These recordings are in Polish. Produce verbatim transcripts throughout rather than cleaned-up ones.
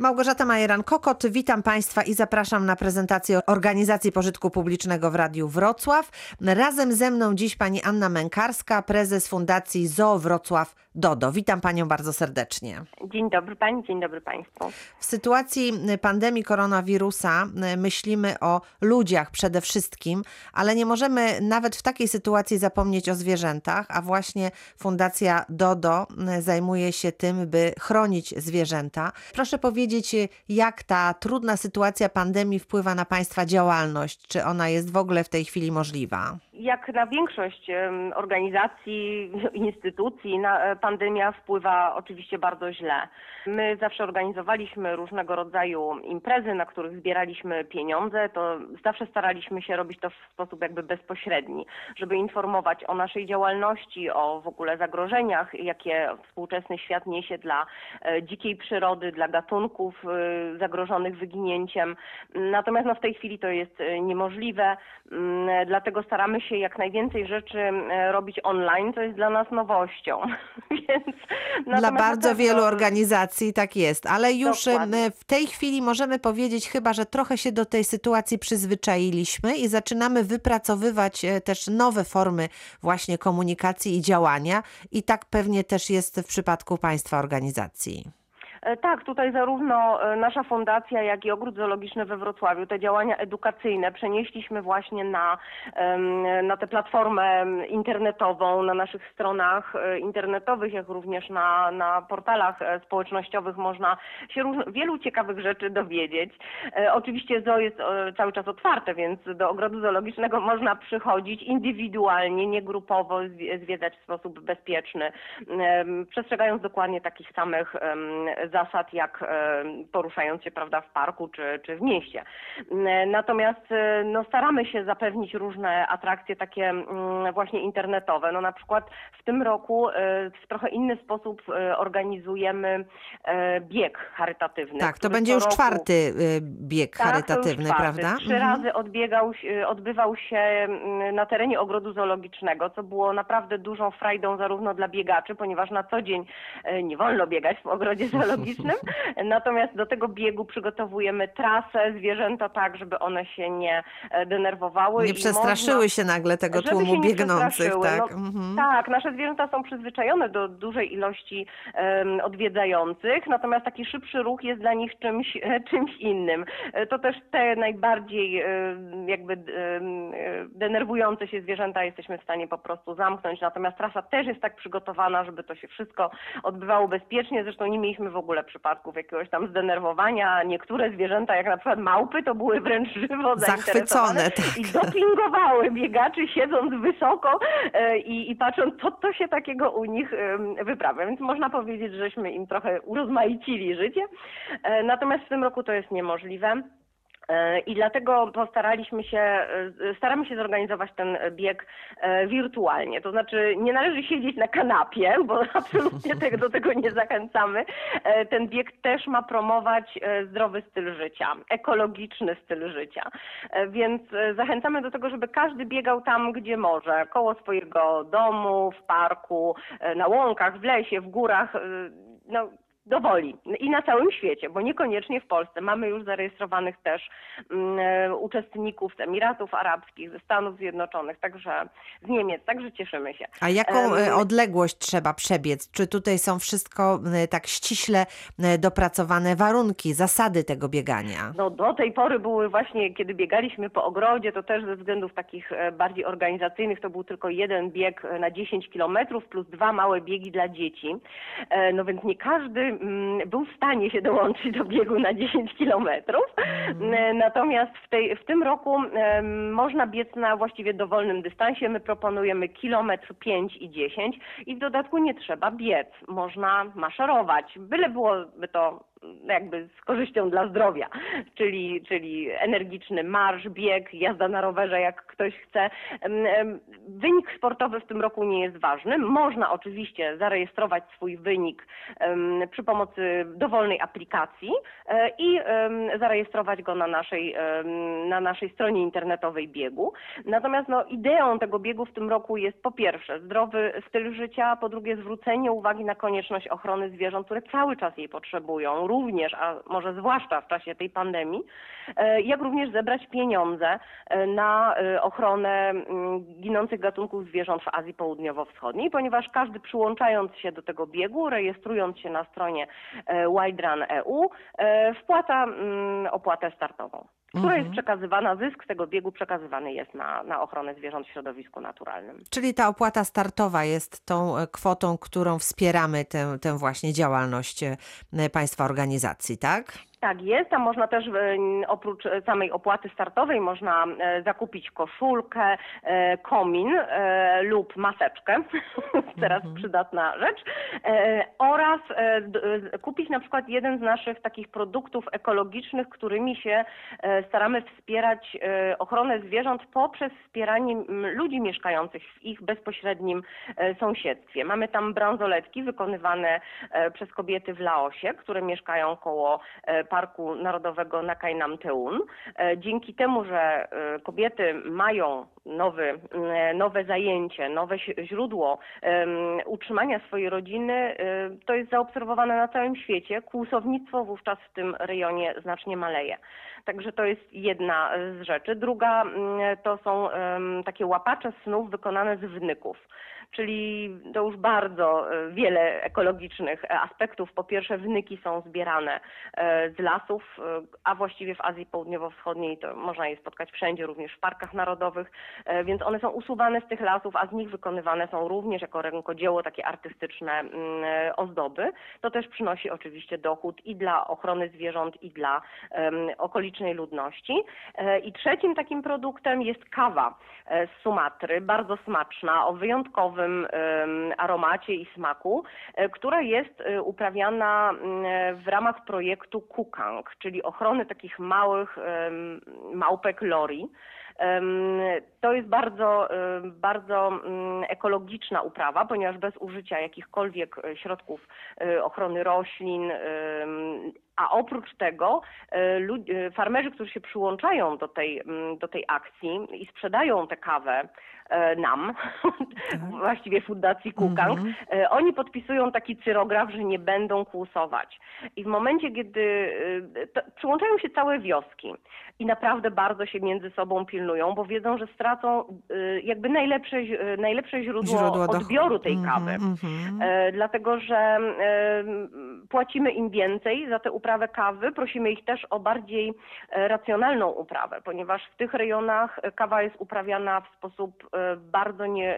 Małgorzata Majeran-Kokot, witam Państwa i zapraszam na prezentację Organizacji Pożytku Publicznego w Radiu Wrocław. Razem ze mną dziś pani Anna Mękarska, prezes Fundacji Zoo Wrocław Dodo. Witam Panią bardzo serdecznie. Dzień dobry Pani, dzień dobry Państwu. W sytuacji pandemii koronawirusa myślimy o ludziach przede wszystkim, ale nie możemy nawet w takiej sytuacji zapomnieć o zwierzętach, a właśnie Fundacja Dodo zajmuje się tym, by chronić zwierzęta. Proszę powiedzieć, jak ta trudna sytuacja pandemii wpływa na Państwa działalność? Czy ona jest w ogóle w tej chwili możliwa? Jak na większość organizacji, instytucji, pandemia wpływa oczywiście bardzo źle. My zawsze organizowaliśmy różnego rodzaju imprezy, na których zbieraliśmy pieniądze. To zawsze staraliśmy się robić to w sposób jakby bezpośredni, żeby informować o naszej działalności, o w ogóle zagrożeniach, jakie współczesny świat niesie dla dzikiej przyrody, dla gatunków zagrożonych wyginięciem. Natomiast no, w tej chwili to jest niemożliwe, dlatego staramy się jak najwięcej rzeczy robić online, co jest dla nas nowością. Więc, dla bardzo pewno... wielu organizacji tak jest, ale już Dokładnie. w tej chwili możemy powiedzieć chyba, że trochę się do tej sytuacji przyzwyczailiśmy i zaczynamy wypracowywać też nowe formy właśnie komunikacji i działania i tak pewnie też jest w przypadku Państwa organizacji. Tak, tutaj zarówno nasza fundacja, jak i Ogród Zoologiczny we Wrocławiu, te działania edukacyjne przenieśliśmy właśnie na, na tę platformę internetową, na naszych stronach internetowych, jak również na, na portalach społecznościowych można się róż, wielu ciekawych rzeczy dowiedzieć. Oczywiście zoo jest cały czas otwarte, więc do Ogrodu Zoologicznego można przychodzić indywidualnie, nie grupowo, zwiedzać w sposób bezpieczny, przestrzegając dokładnie takich samych zasad, jak poruszając się, prawda, w parku czy, czy w mieście. Natomiast no, staramy się zapewnić różne atrakcje takie właśnie internetowe. No, na przykład w tym roku w trochę inny sposób organizujemy bieg charytatywny. Tak, to będzie już roku... czwarty bieg tak, charytatywny, czwarty. prawda? Trzy mhm. razy odbiegał, odbywał się na terenie Ogrodu Zoologicznego, co było naprawdę dużą frajdą zarówno dla biegaczy, ponieważ na co dzień nie wolno biegać w Ogrodzie Zoologicznym. Natomiast do tego biegu przygotowujemy trasę, zwierzęta tak, żeby one się nie denerwowały. Nie przestraszyły można, się nagle tego tłumu biegnących. Tak. No, mhm. tak, nasze zwierzęta są przyzwyczajone do dużej ilości um, odwiedzających, natomiast taki szybszy ruch jest dla nich czymś, czymś innym. To też te najbardziej um, jakby um, denerwujące się zwierzęta jesteśmy w stanie po prostu zamknąć, natomiast trasa też jest tak przygotowana, żeby to się wszystko odbywało bezpiecznie. Zresztą nie mieliśmy w ogóle przypadków jakiegoś tam zdenerwowania. Niektóre zwierzęta, jak na przykład małpy, to były wręcz żywo zachwycone tak. i dopingowały biegaczy, siedząc wysoko e, i, i patrząc, co to się takiego u nich e, wyprawia. Więc można powiedzieć, żeśmy im trochę urozmaicili życie. E, natomiast w tym roku to jest niemożliwe. I dlatego postaraliśmy się, staramy się zorganizować ten bieg wirtualnie. To znaczy nie należy siedzieć na kanapie, bo absolutnie tego, do tego nie zachęcamy. Ten bieg też ma promować zdrowy styl życia, ekologiczny styl życia. Więc zachęcamy do tego, żeby każdy biegał tam, gdzie może. Koło swojego domu, w parku, na łąkach, w lesie, w górach. No, dowoli. I na całym świecie, bo niekoniecznie w Polsce. Mamy już zarejestrowanych też um, uczestników z Emiratów Arabskich, ze Stanów Zjednoczonych, także z Niemiec, także cieszymy się. A jaką um, odległość trzeba przebiec? Czy tutaj są wszystko tak ściśle dopracowane warunki, zasady tego biegania? No do tej pory były właśnie, kiedy biegaliśmy po ogrodzie, to też ze względów takich bardziej organizacyjnych, to był tylko jeden bieg na dziesięć kilometrów plus dwa małe biegi dla dzieci. No więc nie każdy był w stanie się dołączyć do biegu na dziesięć kilometrów. Mm. Natomiast w, tej, w tym roku um, można biec na właściwie dowolnym dystansie. My proponujemy kilometr, pięć i dziesięć i w dodatku nie trzeba biec. Można maszerować. Byle byłoby to jakby z korzyścią dla zdrowia, czyli, czyli energiczny marsz, bieg, jazda na rowerze, jak ktoś chce. Wynik sportowy w tym roku nie jest ważny. Można oczywiście zarejestrować swój wynik przy pomocy dowolnej aplikacji i zarejestrować go na naszej, na naszej stronie internetowej biegu. Natomiast no, ideą tego biegu w tym roku jest po pierwsze zdrowy styl życia, po drugie zwrócenie uwagi na konieczność ochrony zwierząt, które cały czas jej potrzebują. również, a może zwłaszcza w czasie tej pandemii, jak również zebrać pieniądze na ochronę ginących gatunków zwierząt w Azji Południowo-Wschodniej, ponieważ każdy przyłączając się do tego biegu, rejestrując się na stronie Wildrun kropka e u, wpłaca opłatę startową, która Mhm. jest przekazywana, zysk z tego biegu przekazywany jest na, na ochronę zwierząt w środowisku naturalnym. Czyli ta opłata startowa jest tą kwotą, którą wspieramy tę, tę właśnie działalność państwa organizacji, tak? Tak jest, tam można też oprócz samej opłaty startowej można zakupić koszulkę, komin lub maseczkę, teraz Mhm. przydatna rzecz, oraz kupić na przykład jeden z naszych takich produktów ekologicznych, którymi się staramy wspierać ochronę zwierząt poprzez wspieranie ludzi mieszkających w ich bezpośrednim sąsiedztwie. Mamy tam bransoletki wykonywane przez kobiety w Laosie, które mieszkają koło Parku Narodowego Nakhai Namteun. Dzięki temu, że kobiety mają nowy, nowe zajęcie, nowe źródło utrzymania swojej rodziny, to jest zaobserwowane na całym świecie. Kłusownictwo wówczas w tym rejonie znacznie maleje. Także to jest jedna z rzeczy. Druga to są takie łapacze snów wykonane z wnyków. Czyli to już bardzo wiele ekologicznych aspektów. Po pierwsze, wnyki są zbierane z lasów, a właściwie w Azji Południowo-Wschodniej to można je spotkać wszędzie, również w parkach narodowych, więc one są usuwane z tych lasów, a z nich wykonywane są również jako rękodzieło takie artystyczne ozdoby. To też przynosi oczywiście dochód i dla ochrony zwierząt, i dla okolicznej ludności. I trzecim takim produktem jest kawa z Sumatry, bardzo smaczna, o wyjątkowym aromacie i smaku, która jest uprawiana w ramach projektu Kukang, czyli ochrony takich małych małpek lori. To jest bardzo, bardzo ekologiczna uprawa, ponieważ bez użycia jakichkolwiek środków ochrony roślin, a oprócz tego farmerzy, którzy się przyłączają do tej, do tej akcji i sprzedają tę kawę nam, właściwie Fundacji Kukang, Mhm. oni podpisują taki cyrograf, że nie będą kłusować. I w momencie, kiedy to, przyłączają się całe wioski i naprawdę bardzo się między sobą pilnują, bo wiedzą, że stracą jakby najlepsze, najlepsze źródło, Źródło odbioru dochodu. tej kawy. Mhm, mhm. Dlatego, że płacimy im więcej za tę uprawę kawy, prosimy ich też o bardziej racjonalną uprawę, ponieważ w tych rejonach kawa jest uprawiana w sposób bardzo nie,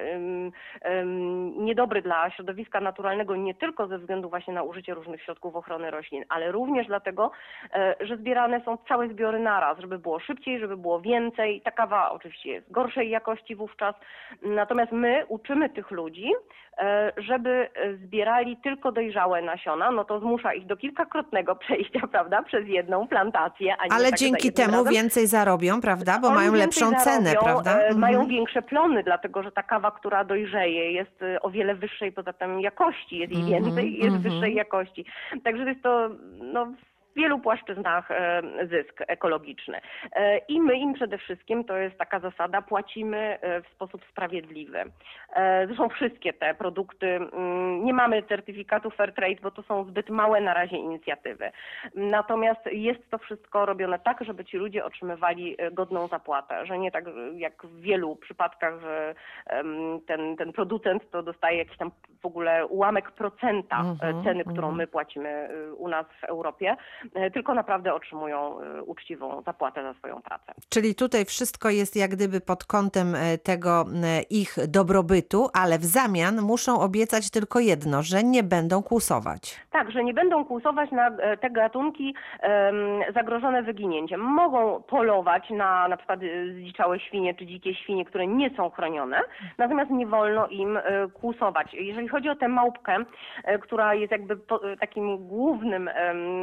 niedobry dla środowiska naturalnego, nie tylko ze względu właśnie na użycie różnych środków ochrony roślin, ale również dlatego, że zbierane są całe zbiory naraz, żeby było szybciej, żeby było więcej. Ta kawa oczywiście jest gorszej jakości wówczas, natomiast my uczymy tych ludzi, żeby zbierali tylko dojrzałe nasiona, no to zmusza ich do kilkakrotnego przejścia, prawda, przez jedną plantację, a nie Ale tak dzięki za jednym temu razem. więcej zarobią, prawda? Bo Oni mają więcej lepszą cenę, zarobią, prawda? e, Mhm. Mają większe plony, dlatego że ta kawa, która dojrzeje, jest e, o wiele wyższej poza tym jakości, jest jej Mhm, więcej i jest mhm. wyższej jakości. Także jest to no, w wielu płaszczyznach e, zysk ekologiczny. E, I my im przede wszystkim, to jest taka zasada, płacimy e, w sposób sprawiedliwy. E, Zresztą wszystkie te produkty, mm, nie mamy certyfikatu Fairtrade, bo to są zbyt małe na razie inicjatywy. Natomiast jest to wszystko robione tak, żeby ci ludzie otrzymywali e, godną zapłatę, że nie tak jak w wielu przypadkach, że em, ten, ten producent to dostaje jakiś tam w ogóle ułamek procenta e, Mhm, ceny, którą mhm. my płacimy e, u nas w Europie, e, tylko naprawdę otrzymują e, uczciwą zapłatę za swoją pracę. Czyli tutaj wszystko jest jak gdyby pod kątem e, tego e, ich dobrobytu, ale w zamian muszą obiecać tylko jedno, że nie będą kłusować. Tak, że nie będą kłusować na e, te gatunki em, zagrożone wyginięciem. Mogą polować na na przykład e, zdziczałe świnie czy dzikie świnie, które nie są chronione, natomiast nie wolno im e, kłusować. Jeżeli chodzi o tę małpkę, e, która jest jakby po, e, takim głównym em, zwierzęciem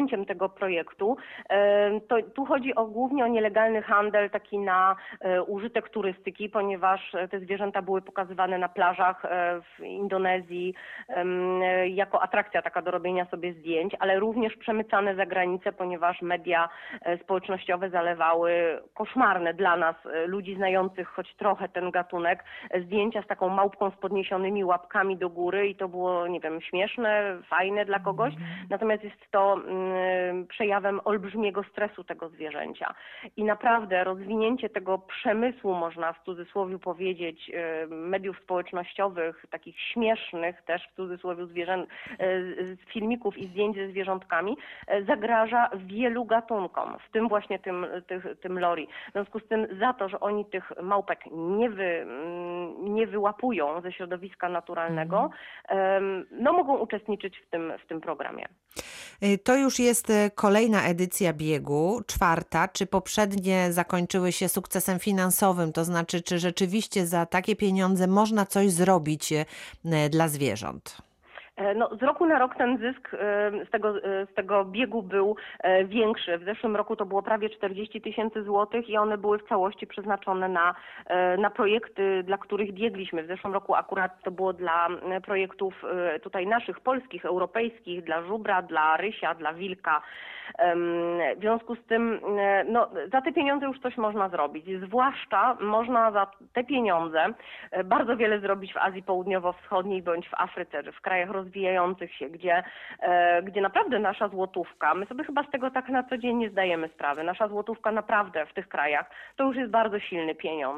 rozwinięciem tego projektu. To, tu chodzi o, głównie o nielegalny handel taki na użytek turystyki, ponieważ te zwierzęta były pokazywane na plażach w Indonezji jako atrakcja taka do robienia sobie zdjęć, ale również przemycane za granicę, ponieważ media społecznościowe zalewały koszmarne dla nas, ludzi znających choć trochę ten gatunek, zdjęcia z taką małpką z podniesionymi łapkami do góry i to było, nie wiem, śmieszne, fajne dla kogoś, natomiast jest to mm, przejawem olbrzymiego stresu tego zwierzęcia. I naprawdę rozwinięcie tego przemysłu, można w cudzysłowie powiedzieć, mediów społecznościowych, takich śmiesznych też w cudzysłowie zwierzę, z filmików i zdjęć ze zwierzątkami, zagraża wielu gatunkom, w tym właśnie tym, tych, tym lori. W związku z tym za to, że oni tych małpek nie, wy, nie wyłapują ze środowiska naturalnego, mm. no mogą uczestniczyć w tym, w tym programie. To już jest kolejna edycja biegu, czwarta. Czy poprzednie zakończyły się sukcesem finansowym? To znaczy, czy rzeczywiście za takie pieniądze można coś zrobić dla zwierząt? No, z roku na rok ten zysk z tego, z tego biegu był większy. W zeszłym roku to było prawie czterdzieści tysięcy złotych i one były w całości przeznaczone na, na projekty, dla których biegliśmy. W zeszłym roku akurat to było dla projektów tutaj naszych, polskich, europejskich, dla żubra, dla rysia, dla wilka. W związku z tym no, za te pieniądze już coś można zrobić. Zwłaszcza można za te pieniądze bardzo wiele zrobić w Azji Południowo-Wschodniej bądź w Afryce, w krajach rozwijających się, gdzie, gdzie naprawdę nasza złotówka, my sobie chyba z tego tak na co dzień nie zdajemy sprawy, nasza złotówka naprawdę w tych krajach to już jest bardzo silny pieniądz.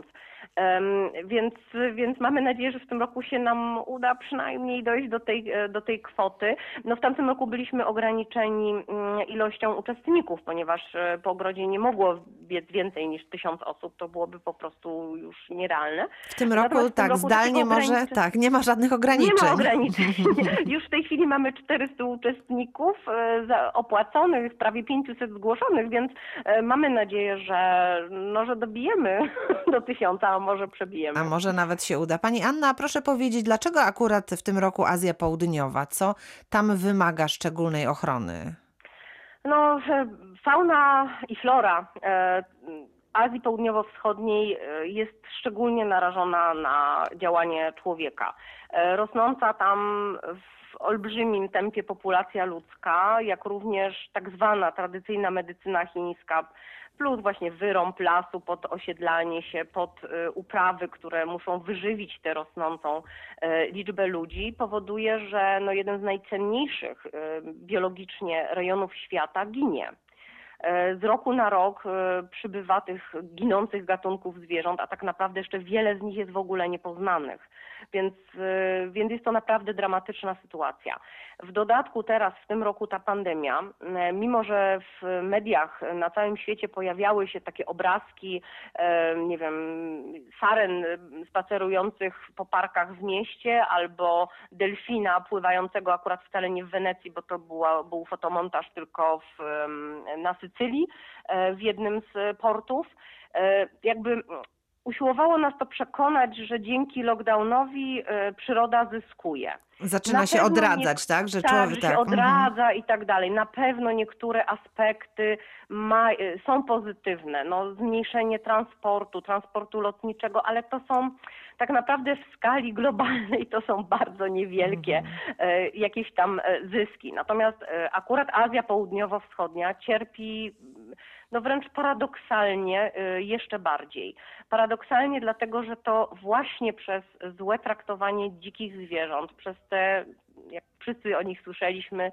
Więc, więc mamy nadzieję, że w tym roku się nam uda przynajmniej dojść do tej, do tej kwoty. No w tamtym roku byliśmy ograniczeni ilością uczestników, ponieważ po ogrodzie nie mogło biec więcej niż tysiąc osób, to byłoby po prostu już nierealne. W tym roku w tym tak, roku zdalnie może, ograniczeń... tak, nie ma żadnych ograniczeń. Nie ma ograniczeń. Już w tej chwili mamy czterysta uczestników opłaconych, prawie pięćset zgłoszonych, więc mamy nadzieję, że, no, że dobijemy do tysiąca, a może przebijemy. A może nawet się uda. Pani Anna, proszę powiedzieć, dlaczego akurat w tym roku Azja Południowa? Co tam wymaga szczególnej ochrony? No, fauna i flora Azji Południowo-Wschodniej jest szczególnie narażona na działanie człowieka. Rosnąca tam w olbrzymim tempie populacja ludzka, jak również tak zwana tradycyjna medycyna chińska, plus właśnie wyrąb lasu pod osiedlanie się, pod uprawy, które muszą wyżywić tę rosnącą liczbę ludzi, powoduje, że no jeden z najcenniejszych biologicznie rejonów świata ginie. Z roku na rok przybywa tych ginących gatunków zwierząt, a tak naprawdę jeszcze wiele z nich jest w ogóle niepoznanych. Więc, więc jest to naprawdę dramatyczna sytuacja. W dodatku teraz w tym roku ta pandemia, mimo że w mediach na całym świecie pojawiały się takie obrazki, nie wiem, saren spacerujących po parkach w mieście albo delfina pływającego akurat wcale nie w Wenecji, bo to była, był fotomontaż tylko w, na Sycylii, w jednym z portów, jakby usiłowało nas to przekonać, że dzięki lockdownowi y, przyroda zyskuje. Zaczyna się odradzać, nie, tak? Że tak, człowiek, że tak. się odradza mhm. i tak dalej. Na pewno niektóre aspekty ma, są pozytywne. No, zmniejszenie transportu, transportu lotniczego, ale to są tak naprawdę w skali globalnej to są bardzo niewielkie mhm. y, jakieś tam zyski. Natomiast y, akurat Azja Południowo-Wschodnia cierpi no wręcz paradoksalnie jeszcze bardziej. Paradoksalnie dlatego, że to właśnie przez złe traktowanie dzikich zwierząt, przez te, jak wszyscy o nich słyszeliśmy,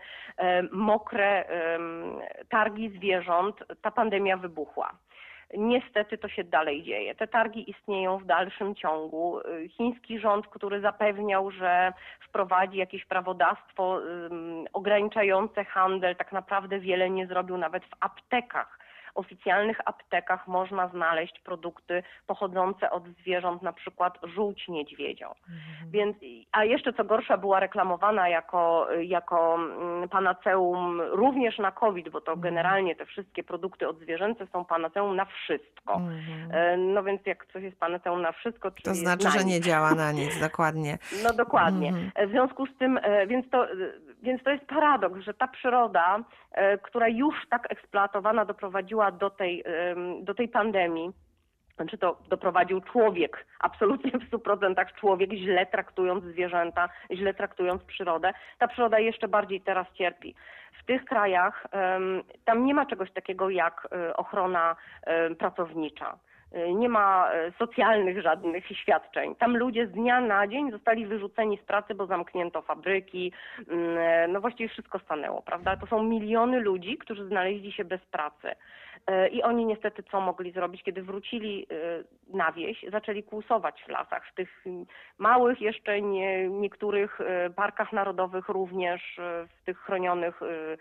mokre targi zwierząt, ta pandemia wybuchła. Niestety to się dalej dzieje. Te targi istnieją w dalszym ciągu. Chiński rząd, który zapewniał, że wprowadzi jakieś prawodawstwo um, ograniczające handel, tak naprawdę wiele nie zrobił nawet w aptekach. Oficjalnych aptekach można znaleźć produkty pochodzące od zwierząt, na przykład żółć niedźwiedzią. Mhm. Więc, a jeszcze co gorsza była reklamowana jako, jako panaceum również na COVID, bo to mhm. generalnie te wszystkie produkty odzwierzęce są panaceum na wszystko. Mhm. No więc jak coś jest panaceum na wszystko, czyli to znaczy, że nie działa na nic, dokładnie. No dokładnie. Mhm. W związku z tym, więc to Więc to jest paradoks, że ta przyroda, która już tak eksploatowana doprowadziła do tej, do tej pandemii, znaczy to doprowadził człowiek, absolutnie w stu procentach człowiek, źle traktując zwierzęta, źle traktując przyrodę. Ta przyroda jeszcze bardziej teraz cierpi. W tych krajach tam nie ma czegoś takiego jak ochrona pracownicza. Nie ma socjalnych żadnych świadczeń. Tam ludzie z dnia na dzień zostali wyrzuceni z pracy, bo zamknięto fabryki. No właściwie wszystko stanęło, prawda? To są miliony ludzi, którzy znaleźli się bez pracy. I oni niestety co mogli zrobić, kiedy wrócili na wieś, zaczęli kłusować w lasach, w tych małych jeszcze nie, niektórych parkach narodowych również, w tych chronionych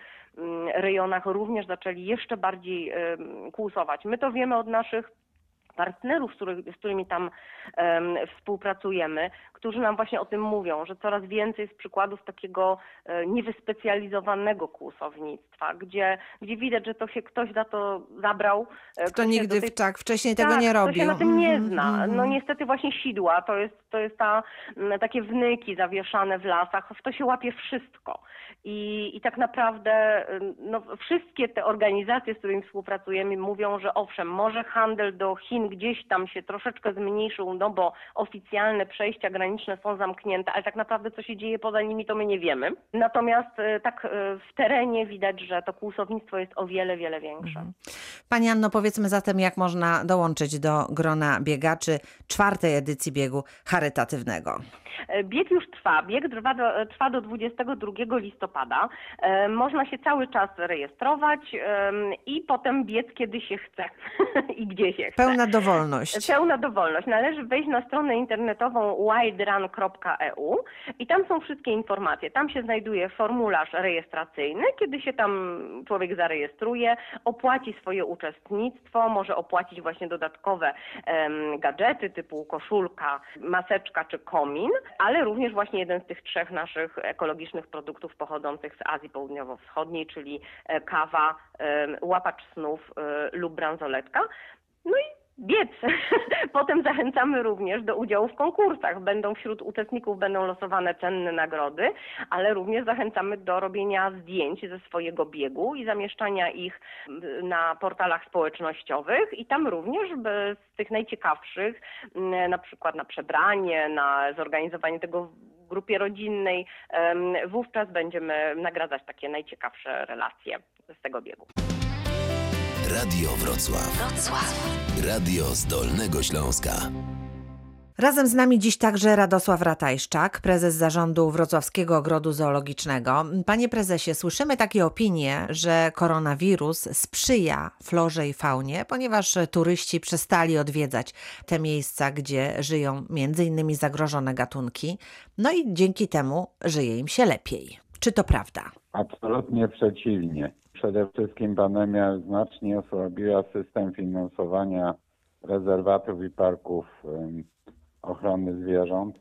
rejonach również zaczęli jeszcze bardziej kłusować. My to wiemy od naszych partnerów, z, których, z którymi tam um, współpracujemy, którzy nam właśnie o tym mówią, że coraz więcej jest przykładów takiego e, niewyspecjalizowanego kłusownictwa, gdzie, gdzie widać, że to się ktoś za to zabrał. E, Kto nigdy tej... w, tak wcześniej tego tak, nie robił. Kto się na tym nie mm-hmm, zna. mm-hmm. No niestety właśnie sidła, to jest, to jest ta, takie wnyki zawieszane w lasach, w to się łapie wszystko. I, i tak naprawdę no, wszystkie te organizacje, z którymi współpracujemy, mówią, że owszem, może handel do Chin gdzieś tam się troszeczkę zmniejszył, no bo oficjalne przejścia graniczne są zamknięte, ale tak naprawdę co się dzieje poza nimi, to my nie wiemy. Natomiast tak w terenie widać, że to kłusownictwo jest o wiele, wiele większe. Mhm. Pani Anno, powiedzmy zatem, jak można dołączyć do grona biegaczy czwartej edycji biegu charytatywnego. Bieg już trwa. Bieg trwa do, trwa do dwudziestego drugiego listopada. E, można się cały czas rejestrować e, i potem biec, kiedy się chce i gdzie się chce. Pełna dowolność. Pełna dowolność. Należy wejść na stronę internetową widerun kropka e u i tam są wszystkie informacje. Tam się znajduje formularz rejestracyjny, kiedy się tam człowiek zarejestruje, opłaci swoje uczestnictwo, może opłacić właśnie dodatkowe um, gadżety typu koszulka, maseczka czy komin, ale również właśnie jeden z tych trzech naszych ekologicznych produktów pochodzących z Azji Południowo-Wschodniej, czyli kawa, łapacz snów lub bransoletka. No i biec. Potem zachęcamy również do udziału w konkursach. Będą wśród uczestników będą losowane cenne nagrody, ale również zachęcamy do robienia zdjęć ze swojego biegu i zamieszczania ich na portalach społecznościowych i tam również z tych najciekawszych, na przykład na przebranie, na zorganizowanie tego w grupie rodzinnej, wówczas będziemy nagradzać takie najciekawsze relacje z tego biegu. Radio Wrocław. Wrocław. Radio z Dolnego Śląska. Razem z nami dziś także Radosław Ratajszczak, prezes zarządu Wrocławskiego Ogrodu Zoologicznego. Panie prezesie, słyszymy takie opinie, że koronawirus sprzyja florze i faunie, ponieważ turyści przestali odwiedzać te miejsca, gdzie żyją między innymi zagrożone gatunki, no i dzięki temu żyje im się lepiej. Czy to prawda? Absolutnie przeciwnie. Przede wszystkim pandemia znacznie osłabiła system finansowania rezerwatów i parków ochrony zwierząt,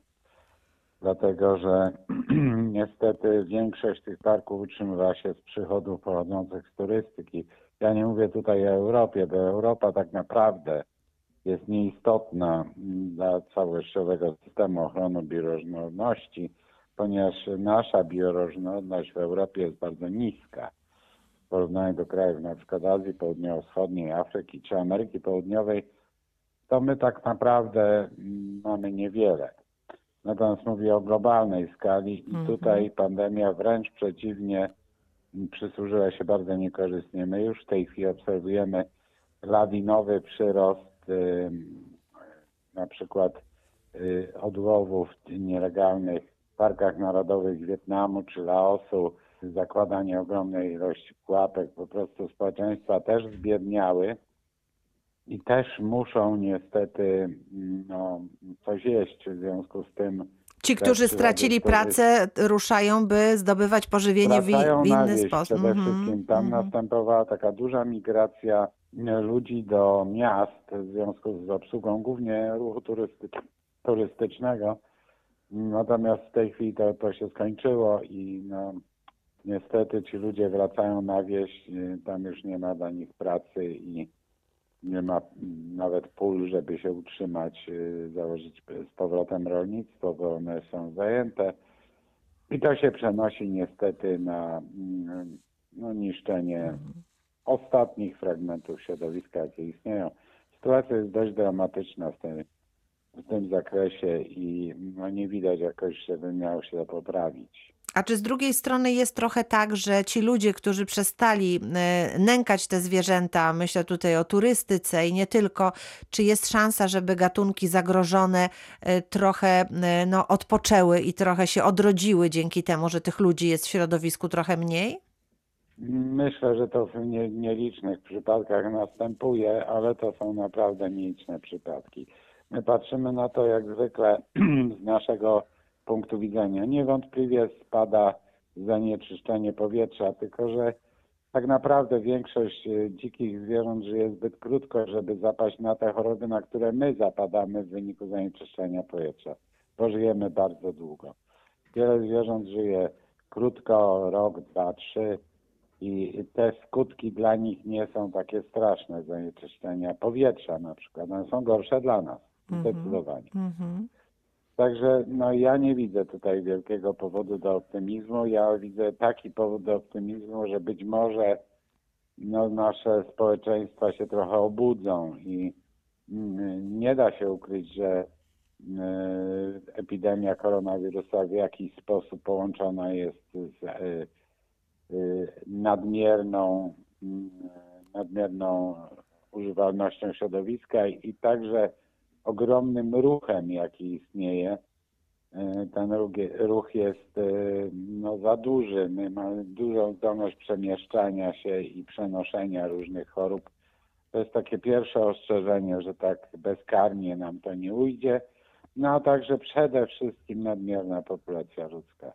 dlatego że niestety większość tych parków utrzymywała się z przychodów pochodzących z turystyki. Ja nie mówię tutaj o Europie, bo Europa tak naprawdę jest nieistotna dla całościowego systemu ochrony bioróżnorodności, ponieważ nasza bioróżnorodność w Europie jest bardzo niska. W porównaniu do krajów na przykład Azji Południowo-Wschodniej, Afryki czy Ameryki Południowej, to my tak naprawdę mamy niewiele. Natomiast mówię o globalnej skali i tutaj pandemia wręcz przeciwnie przysłużyła się bardzo niekorzystnie. My już w tej chwili obserwujemy lawinowy przyrost y, na przykład y, odłowów nielegalnych w parkach narodowych Wietnamu czy Laosu, zakładanie ogromnej ilości pułapek. Po prostu społeczeństwa też zbiedniały i też muszą niestety no, coś jeść w związku z tym. Ci, którzy stracili pracę, ruszają, by zdobywać pożywienie w, w inny sposób. Przede mm-hmm. wszystkim tam mm-hmm. następowała taka duża migracja ludzi do miast w związku z obsługą głównie ruchu turysty- turystycznego. Natomiast w tej chwili to, to się skończyło i no, niestety ci ludzie wracają na wieś, tam już nie ma dla nich pracy i nie ma nawet pól, żeby się utrzymać, założyć z powrotem rolnictwo, bo one są zajęte. I to się przenosi niestety na mm, no, niszczenie ostatnich fragmentów środowiska, jakie istnieją. Sytuacja jest dość dramatyczna w tym, w tym zakresie i no, nie widać jakoś, żeby miało się to poprawić. A czy z drugiej strony jest trochę tak, że ci ludzie, którzy przestali e, nękać te zwierzęta, myślę tutaj o turystyce i nie tylko, czy jest szansa, żeby gatunki zagrożone e, trochę e, no, odpoczęły i trochę się odrodziły dzięki temu, że tych ludzi jest w środowisku trochę mniej? Myślę, że to w nie, nielicznych przypadkach następuje, ale to są naprawdę nieliczne przypadki. My patrzymy na to jak zwykle z naszego punktu widzenia. Niewątpliwie spada zanieczyszczenie powietrza, tylko że tak naprawdę większość dzikich zwierząt żyje zbyt krótko, żeby zapaść na te choroby, na które my zapadamy w wyniku zanieczyszczenia powietrza. Pożyjemy bardzo długo. Wiele zwierząt żyje krótko, rok, dwa, trzy i te skutki dla nich nie są takie straszne, zanieczyszczenia powietrza na przykład. One są gorsze dla nas, zdecydowanie. Mhm. Także no, ja nie widzę tutaj wielkiego powodu do optymizmu. Ja widzę taki powód do optymizmu, że być może no, nasze społeczeństwa się trochę obudzą i mm, nie da się ukryć, że y, epidemia koronawirusa w jakiś sposób połączona jest z y, y, nadmierną, y, nadmierną używalnością środowiska i, i także ogromnym ruchem, jaki istnieje. Ten ruch, ruch jest no, za duży. My mamy dużą zdolność przemieszczania się i przenoszenia różnych chorób. To jest takie pierwsze ostrzeżenie, że tak bezkarnie nam to nie ujdzie. No a także przede wszystkim nadmierna populacja ludzka.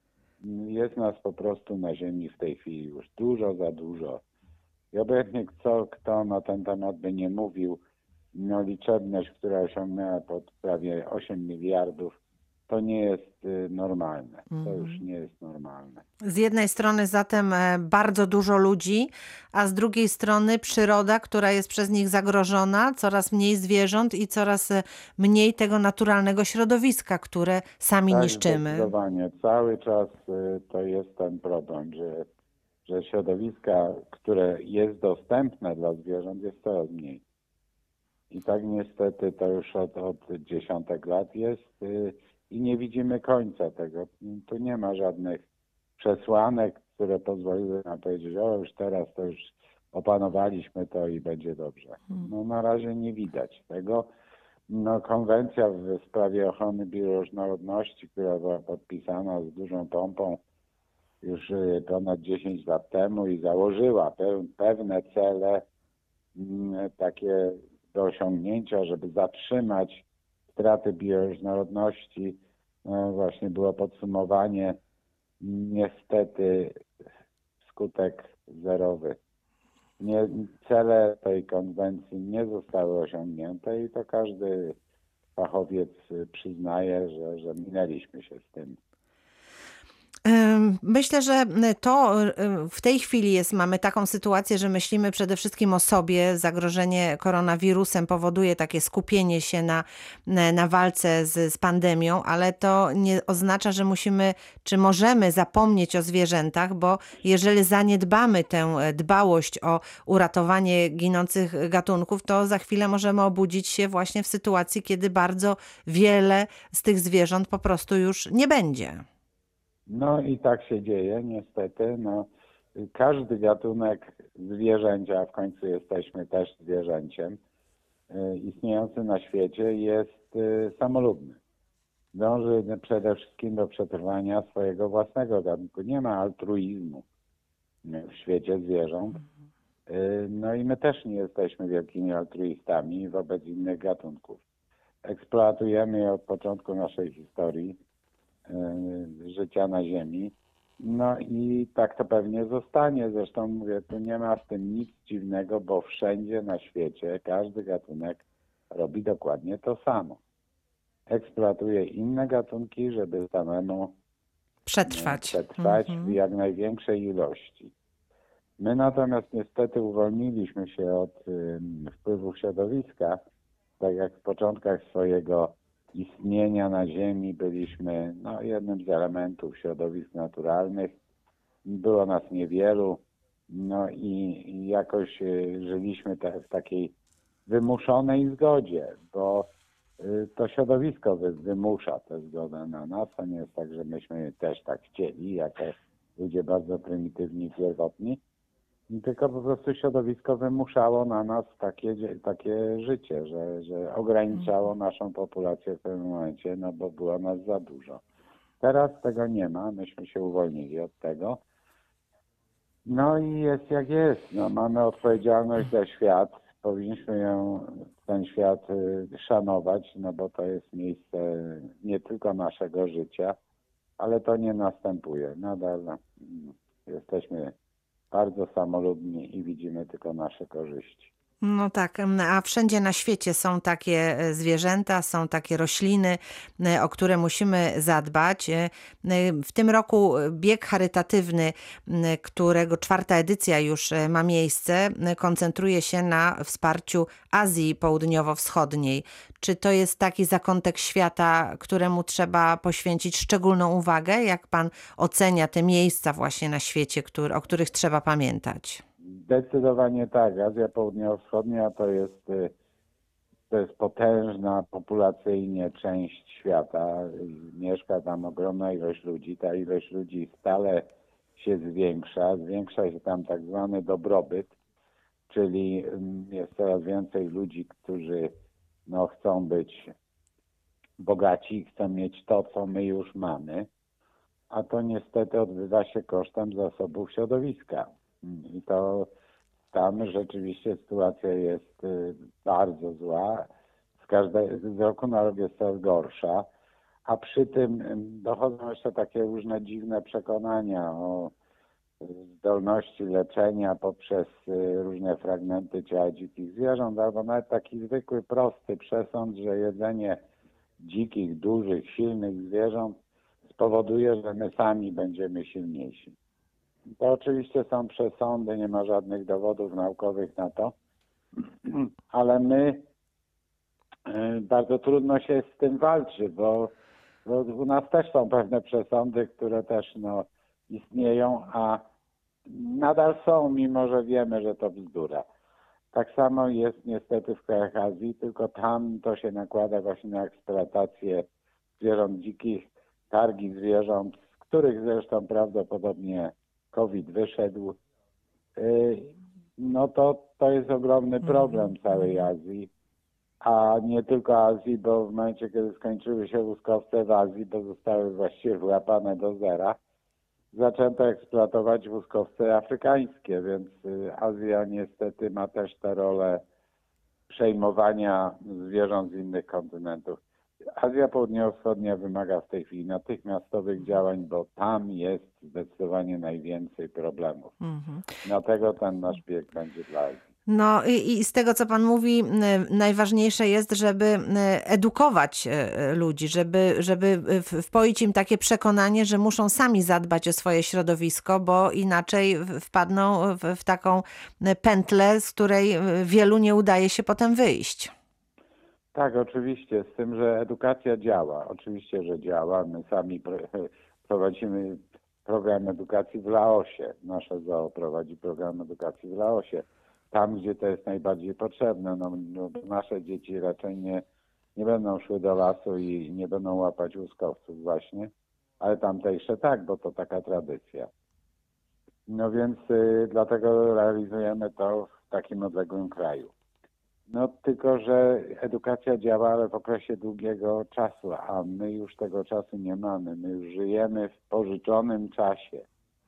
Jest nas po prostu na Ziemi w tej chwili już dużo za dużo. I obecnie kto, kto na ten temat by nie mówił, no, liczebność, która osiągnęła pod prawie osiem miliardów, to nie jest y, normalne. To już nie jest normalne. Z jednej strony zatem e, bardzo dużo ludzi, a z drugiej strony przyroda, która jest przez nich zagrożona, coraz mniej zwierząt i coraz e, mniej tego naturalnego środowiska, które sami Tak, niszczymy. Zdecydowanie. Cały czas y, to jest ten problem, że, że środowiska, które jest dostępne dla zwierząt, jest coraz mniej. I tak niestety to już od, od dziesiątek lat jest y, i nie widzimy końca tego. Tu nie ma żadnych przesłanek, które pozwoliły nam powiedzieć, o już teraz to już opanowaliśmy to i będzie dobrze. No na razie nie widać tego. No konwencja w sprawie ochrony bioróżnorodności, która była podpisana z dużą pompą już y, ponad dziesięć lat temu i założyła pe pewne cele y, takie do osiągnięcia, żeby zatrzymać straty bioróżnorodności. No właśnie było podsumowanie, niestety skutek zerowy. Nie, cele tej konwencji nie zostały osiągnięte i to każdy fachowiec przyznaje, że, że minęliśmy się z tym. Myślę, że to w tej chwili jest, mamy taką sytuację, że myślimy przede wszystkim o sobie. Zagrożenie koronawirusem powoduje takie skupienie się na, na walce z, z pandemią, ale to nie oznacza, że musimy, czy możemy zapomnieć o zwierzętach, bo jeżeli zaniedbamy tę dbałość o uratowanie ginących gatunków, to za chwilę możemy obudzić się właśnie w sytuacji, kiedy bardzo wiele z tych zwierząt po prostu już nie będzie. No i tak się dzieje niestety. No, każdy gatunek zwierzęcia, w końcu jesteśmy też zwierzęciem, y, istniejący na świecie jest y, samolubny. Dąży przede wszystkim do przetrwania swojego własnego gatunku. Nie ma altruizmu w świecie zwierząt. Y, no i my też nie jesteśmy wielkimi altruistami wobec innych gatunków. Eksploatujemy je od początku naszej historii życia na Ziemi. No i tak to pewnie zostanie. Zresztą mówię, tu nie ma w tym nic dziwnego, bo wszędzie na świecie każdy gatunek robi dokładnie to samo. Eksploatuje inne gatunki, żeby samemu przetrwać, przetrwać mhm. w jak największej ilości. My natomiast niestety uwolniliśmy się od y, wpływów środowiska, tak jak w początkach swojego istnienia na Ziemi byliśmy no, jednym z elementów środowisk naturalnych. Było nas niewielu, no i, i jakoś y, żyliśmy te, w takiej wymuszonej zgodzie, bo y, to środowisko wy, wymusza tę zgodę na nas, a nie jest tak, że myśmy też tak chcieli, jako ludzie bardzo prymitywni, pierwotni, tylko po prostu środowisko wymuszało na nas takie, takie życie, że, że ograniczało naszą populację w pewnym momencie, no bo było nas za dużo. Teraz tego nie ma, myśmy się uwolnili od tego. No i jest jak jest. No, mamy odpowiedzialność za świat. Powinniśmy ją, ten świat y, szanować, no bo to jest miejsce nie tylko naszego życia, ale to nie następuje. Nadal mm, jesteśmy bardzo samolubni i widzimy tylko nasze korzyści. No tak, a wszędzie na świecie są takie zwierzęta, są takie rośliny, o które musimy zadbać. W tym roku bieg charytatywny, którego czwarta edycja już ma miejsce, koncentruje się na wsparciu Azji Południowo-Wschodniej. Czy to jest taki zakątek świata, któremu trzeba poświęcić szczególną uwagę? Jak pan ocenia te miejsca właśnie na świecie, który, o których trzeba pamiętać? Zdecydowanie tak. Azja Południowo-Wschodnia to jest, to jest potężna populacyjnie część świata. Mieszka tam ogromna ilość ludzi. Ta ilość ludzi stale się zwiększa. Zwiększa się tam tak zwany dobrobyt, czyli jest coraz więcej ludzi, którzy no, chcą być bogaci, chcą mieć to, co my już mamy. A to niestety odbywa się kosztem zasobów środowiska. I to tam rzeczywiście sytuacja jest bardzo zła. Z, każde, z roku na rok jest coraz gorsza, a przy tym dochodzą jeszcze takie różne dziwne przekonania o zdolności leczenia poprzez różne fragmenty ciała dzikich zwierząt, albo nawet taki zwykły, prosty przesąd, że jedzenie dzikich, dużych, silnych zwierząt spowoduje, że my sami będziemy silniejsi. To oczywiście są przesądy, nie ma żadnych dowodów naukowych na to, ale my bardzo trudno się z tym walczy, bo, bo u nas też są pewne przesądy, które też no, istnieją, a nadal są, mimo że wiemy, że to bzdura. Tak samo jest niestety w krajach Azji, tylko tam to się nakłada właśnie na eksploatację zwierząt dzikich, targi zwierząt, z których zresztą prawdopodobnie COVID wyszedł, no to, to jest ogromny problem całej Azji, a nie tylko Azji, bo w momencie, kiedy skończyły się łuskowce w Azji, bo zostały właściwie wyłapane do zera, zaczęto eksploatować łuskowce afrykańskie, więc Azja niestety ma też tę rolę przejmowania zwierząt z innych kontynentów. Azja Południowo-Wschodnia wymaga w tej chwili natychmiastowych działań, bo tam jest zdecydowanie najwięcej problemów. Mhm. Dlatego ten nasz bieg będzie dla Azji. No i, i z tego, co pan mówi, najważniejsze jest, żeby edukować ludzi, żeby, żeby wpoić im takie przekonanie, że muszą sami zadbać o swoje środowisko, bo inaczej wpadną w, w taką pętlę, z której wielu nie udaje się potem wyjść. Tak, oczywiście, z tym, że edukacja działa. Oczywiście, że działa. My sami prowadzimy program edukacji w Laosie. Nasze zoo prowadzi program edukacji w Laosie. Tam, gdzie to jest najbardziej potrzebne. No, no, nasze dzieci raczej nie, nie będą szły do lasu i nie będą łapać łuskowców właśnie, ale tamtejsze tak, bo to taka tradycja. No więc y, dlatego realizujemy to w takim odległym kraju. No tylko, że edukacja działa, ale w okresie długiego czasu, a my już tego czasu nie mamy. My już żyjemy w pożyczonym czasie.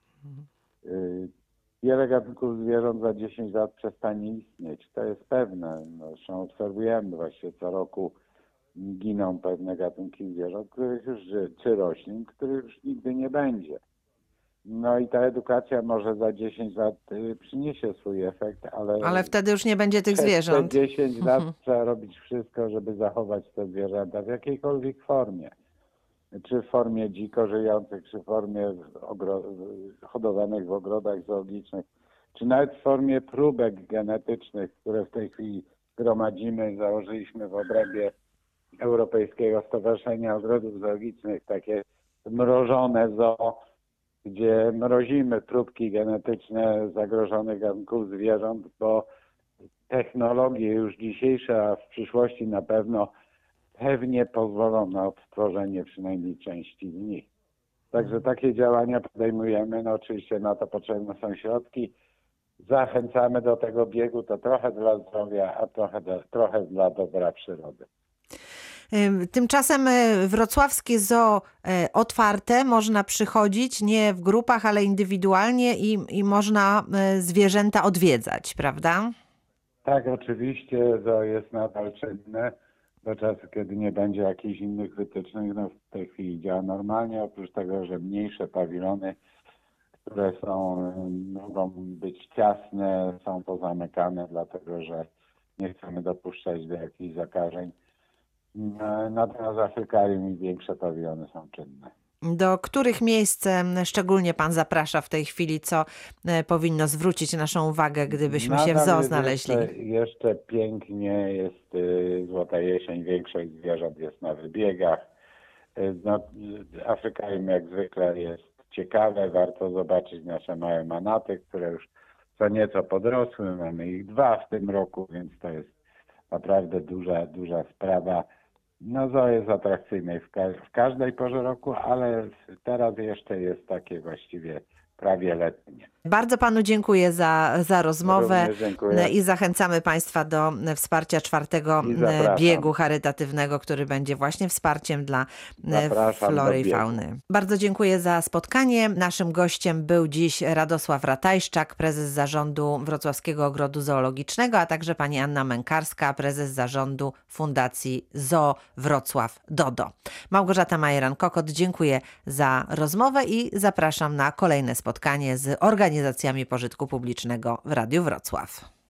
Y, Wiele gatunków zwierząt za dziesięć lat przestanie istnieć. To jest pewne. Zresztą obserwujemy właśnie co roku giną pewne gatunki zwierząt, których już, czy roślin, których już nigdy nie będzie. No i ta edukacja może za dziesięć lat przyniesie swój efekt, ale... Ale wtedy już nie będzie tych przez zwierząt. te dziesięć lat trzeba robić wszystko, żeby zachować te zwierzęta w jakiejkolwiek formie. Czy w formie dziko żyjących, czy w formie hodowanych w ogrodach zoologicznych, czy nawet w formie próbek genetycznych, które w tej chwili gromadzimy. Założyliśmy w obrębie Europejskiego Stowarzyszenia Ogrodów Zoologicznych, takie mrożone zoo, gdzie mrozimy próbki genetyczne zagrożonych gatunków zwierząt, bo technologie już dzisiejsze, a w przyszłości na pewno pewnie pozwolą na odtworzenie przynajmniej części z nich. Także takie działania podejmujemy. No oczywiście na to potrzebne są środki. Zachęcamy do tego biegu, to trochę dla zdrowia, a trochę, do, trochę dla dobra przyrody. Tymczasem wrocławskie zoo otwarte, można przychodzić nie w grupach, ale indywidualnie i, i można zwierzęta odwiedzać, prawda? Tak, oczywiście zoo jest nadal czynne do czasu, kiedy nie będzie jakichś innych wytycznych. No w tej chwili działa normalnie, oprócz tego, że mniejsze pawilony, które są, mogą być ciasne, są pozamykane, dlatego że nie chcemy dopuszczać do jakichś zakażeń. Natomiast Afrykarium i większe pawilony są czynne. Do których miejsc szczególnie Pan zaprasza w tej chwili, co powinno zwrócić naszą uwagę, gdybyśmy Nadal się w zoo jest znaleźli? Jeszcze, jeszcze pięknie jest y, Złota Jesień, większość zwierząt jest na wybiegach. Y, no, Afrykarium jak zwykle jest ciekawe, warto zobaczyć nasze małe manaty, które już co nieco podrosły. Mamy ich dwa w tym roku, więc to jest naprawdę duża, duża sprawa. No zoo jest atrakcyjne w, ka w każdej porze roku, ale teraz jeszcze jest takie właściwie prawie letnie. Bardzo Panu dziękuję za, za rozmowę dziękuję. i zachęcamy Państwa do wsparcia czwartego biegu charytatywnego, który będzie właśnie wsparciem dla Zapraszam flory i fauny. Bardzo dziękuję za spotkanie. Naszym gościem był dziś Radosław Ratajszczak, prezes zarządu Wrocławskiego Ogrodu Zoologicznego, a także pani Anna Mękarska, prezes zarządu Fundacji Zoo Wrocław Dodo. Małgorzata Majeran-Kokot, dziękuję za rozmowę i zapraszam na kolejne spotkanie z organizacjami pożytku publicznego w Radiu Wrocław.